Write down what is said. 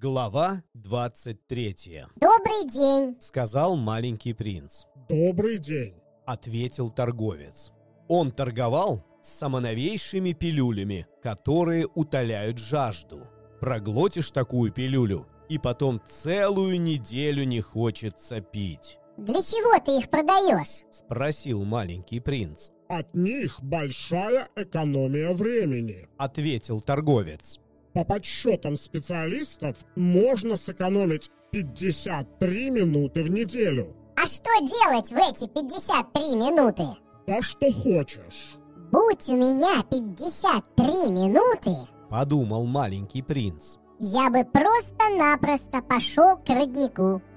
Глава 23. Добрый день. Сказал маленький принц. Добрый день. Ответил торговец. Он торговал с самоновейшими пилюлями, которые утоляют жажду. Проглотишь такую пилюлю, и потом целую неделю не хочется пить. Для чего ты их продаешь? Спросил маленький принц. От них большая экономия времени. Ответил торговец. По подсчетам специалистов, можно сэкономить 53 минуты в неделю. А что делать в эти 53 минуты? Да что хочешь. Будь у меня 53 минуты, Подумал маленький принц. я бы просто-напросто пошел к роднику,